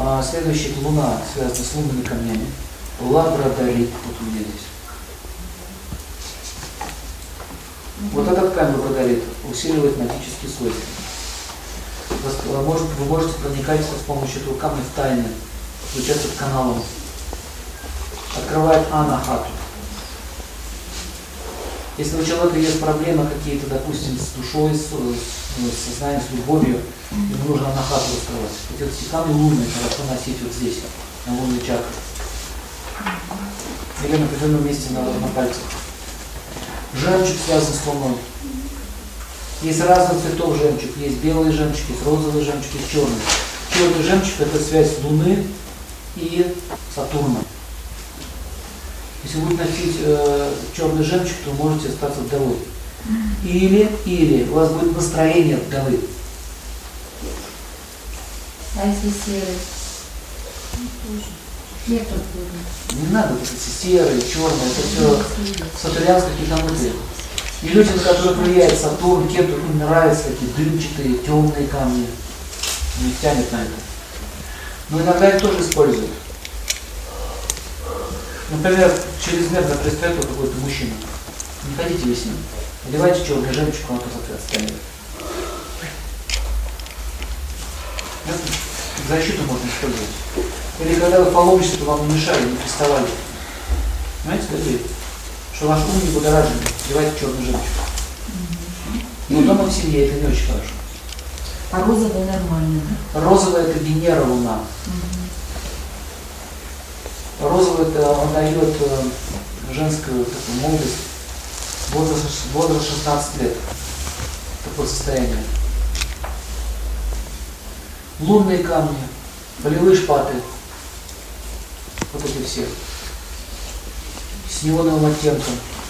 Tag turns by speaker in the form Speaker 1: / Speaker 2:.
Speaker 1: Следующая луна связана с лунными камнями. Лабрадорит, вот у меня здесь. Вот этот камень лабрадорит усиливает магические свойства. Вы можете проникать с помощью этого камня в тайны, включаться к каналам. Открывает анахату. Если у человека есть проблемы какие-то, допустим, с душой, с сознанием, с любовью, ему нужно анахату раскрывать. Эти камни лунные хорошо носить вот здесь, на лунной чакре. Или на определенном месте на пальцах. Жемчуг связан с луной. Есть разных цветов жемчуг. Есть белый жемчуг, есть розовый жемчуг, есть черный. Черный жемчуг – это связь Луны и Сатурна. Если вы будете носить черный жемчуг, то вы можете остаться вдовой. Или у вас будет настроение вдовы.
Speaker 2: А если серый? Нет,
Speaker 1: не надо вот эти серые, черные, это все сатурянские какие-то. И люди, на которых влияет Сатурн, кем-то им нравятся такие дымчатые, темные камни. Не тянет на это. Но иногда их тоже используют. Например, чрезмерно пристает какой-то мужчина. Не ходите вы с ним. Одевайте черный жемчуг, он тоже отстанет. Защиту можно использовать. Или когда вы паломничестве, то вам не мешали, не приставали. Понимаете, какие? Что ваш ум не будоражен, одевайте черный жемчуг. Но дома в семье это не очень хорошо.
Speaker 2: А розовый нормально, да?
Speaker 1: Розовый это Венера, Луна. Розовый это он дает женскую такую молодость, возраст 16 лет. Такое состояние. Лунные камни, болевые шпаты. Вот эти все. С неоновым оттенком.